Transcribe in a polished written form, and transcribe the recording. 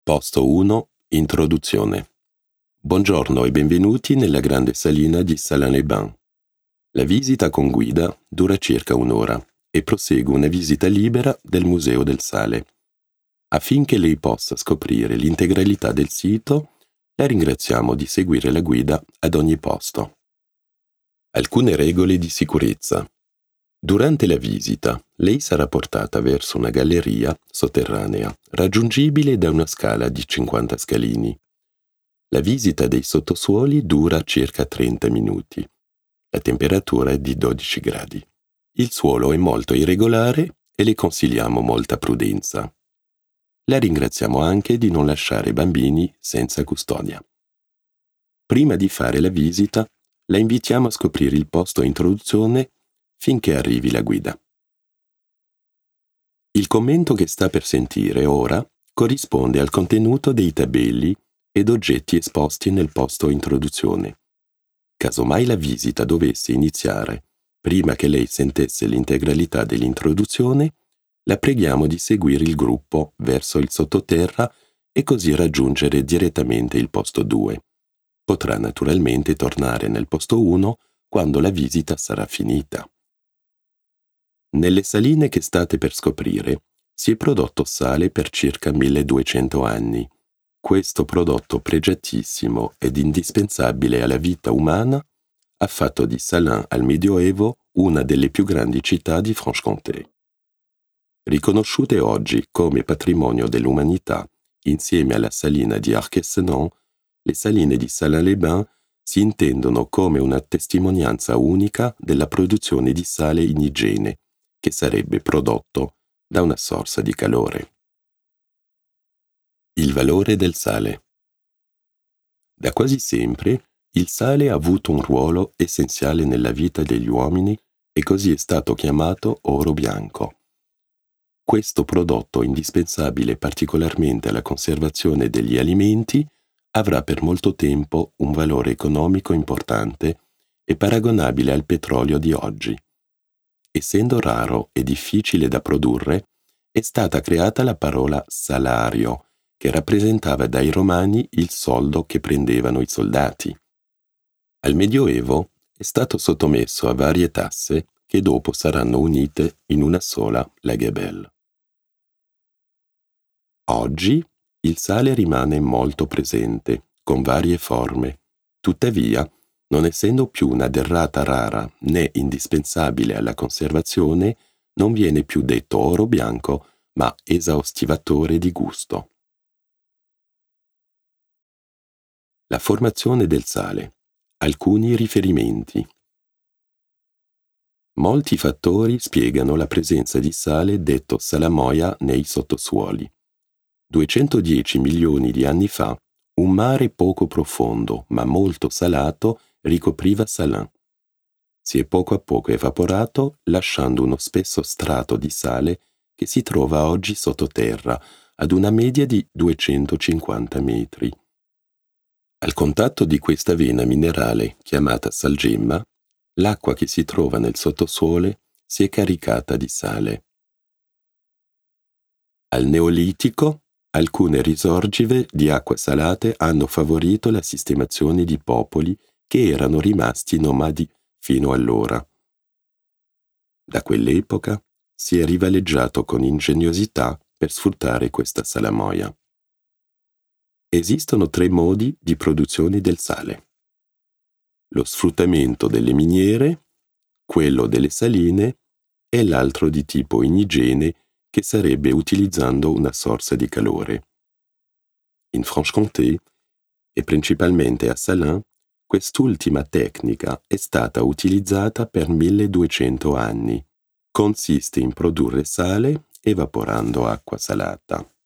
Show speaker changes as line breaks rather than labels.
Posto 1. Introduzione. Buongiorno e benvenuti nella grande salina di Salins-les-Bains. La visita con guida dura circa un'ora e prosegue una visita libera del Museo del Sale. Affinché lei possa scoprire l'integralità del sito, la ringraziamo di seguire la guida ad ogni posto. Alcune regole di sicurezza. Durante la visita, lei sarà portata verso una galleria sotterranea, raggiungibile da una scala di 50 scalini. La visita dei sottosuoli dura circa 30 minuti. La temperatura è di 12 gradi. Il suolo è molto irregolare e le consigliamo molta prudenza. La ringraziamo anche di non lasciare bambini senza custodia. Prima di fare la visita, la invitiamo a scoprire il posto introduzione finché arrivi la guida. Il commento che sta per sentire ora corrisponde al contenuto dei tabelli ed oggetti esposti nel posto introduzione. Casomai la visita dovesse iniziare prima che lei sentisse l'integralità dell'introduzione, la preghiamo di seguire il gruppo verso il sottoterra e così raggiungere direttamente il posto 2. Potrà naturalmente tornare nel posto 1 quando la visita sarà finita. Nelle saline che state per scoprire si è prodotto sale per circa 1200 anni. Questo prodotto pregiatissimo ed indispensabile alla vita umana ha fatto di Salins al Medioevo una delle più grandi città di Franche-Comté. Riconosciute oggi come patrimonio dell'umanità insieme alla salina di Arquessenon, le saline di Salins-les-Bains si intendono come una testimonianza unica della produzione di sale in igiene, che sarebbe prodotto da una sorsa di calore. Il valore del sale. Da quasi sempre il sale ha avuto un ruolo essenziale nella vita degli uomini e così è stato chiamato oro bianco. Questo prodotto indispensabile particolarmente alla conservazione degli alimenti avrà per molto tempo un valore economico importante e paragonabile al petrolio di oggi. Essendo raro e difficile da produrre, è stata creata la parola salario, che rappresentava dai romani il soldo che prendevano i soldati. Al Medioevo è stato sottomesso a varie tasse che dopo saranno unite in una sola, la gabelle. Oggi il sale rimane molto presente, con varie forme. Tuttavia, non essendo più una derrata rara né indispensabile alla conservazione, non viene più detto oro bianco, ma esaustivatore di gusto. La formazione del sale. Alcuni riferimenti. Molti fattori spiegano la presenza di sale detto salamoia nei sottosuoli. 210 milioni di anni fa, un mare poco profondo, ma molto salato, ricopriva Salins. Si è poco a poco evaporato, lasciando uno spesso strato di sale che si trova oggi sottoterra, ad una media di 250 metri. Al contatto di questa vena minerale, chiamata salgemma, l'acqua che si trova nel sottosuolo si è caricata di sale. Al Neolitico, alcune risorgive di acque salate hanno favorito la sistemazione di popoli che erano rimasti nomadi fino allora. Da quell'epoca si è rivaleggiato con ingegnosità per sfruttare questa salamoia. Esistono 3 modi di produzione del sale: lo sfruttamento delle miniere, quello delle saline e l'altro di tipo indigene che sarebbe utilizzando una sorsa di calore. In Franche-Comté e principalmente a Salins, quest'ultima tecnica è stata utilizzata per 1200 anni. Consiste in produrre sale evaporando acqua salata.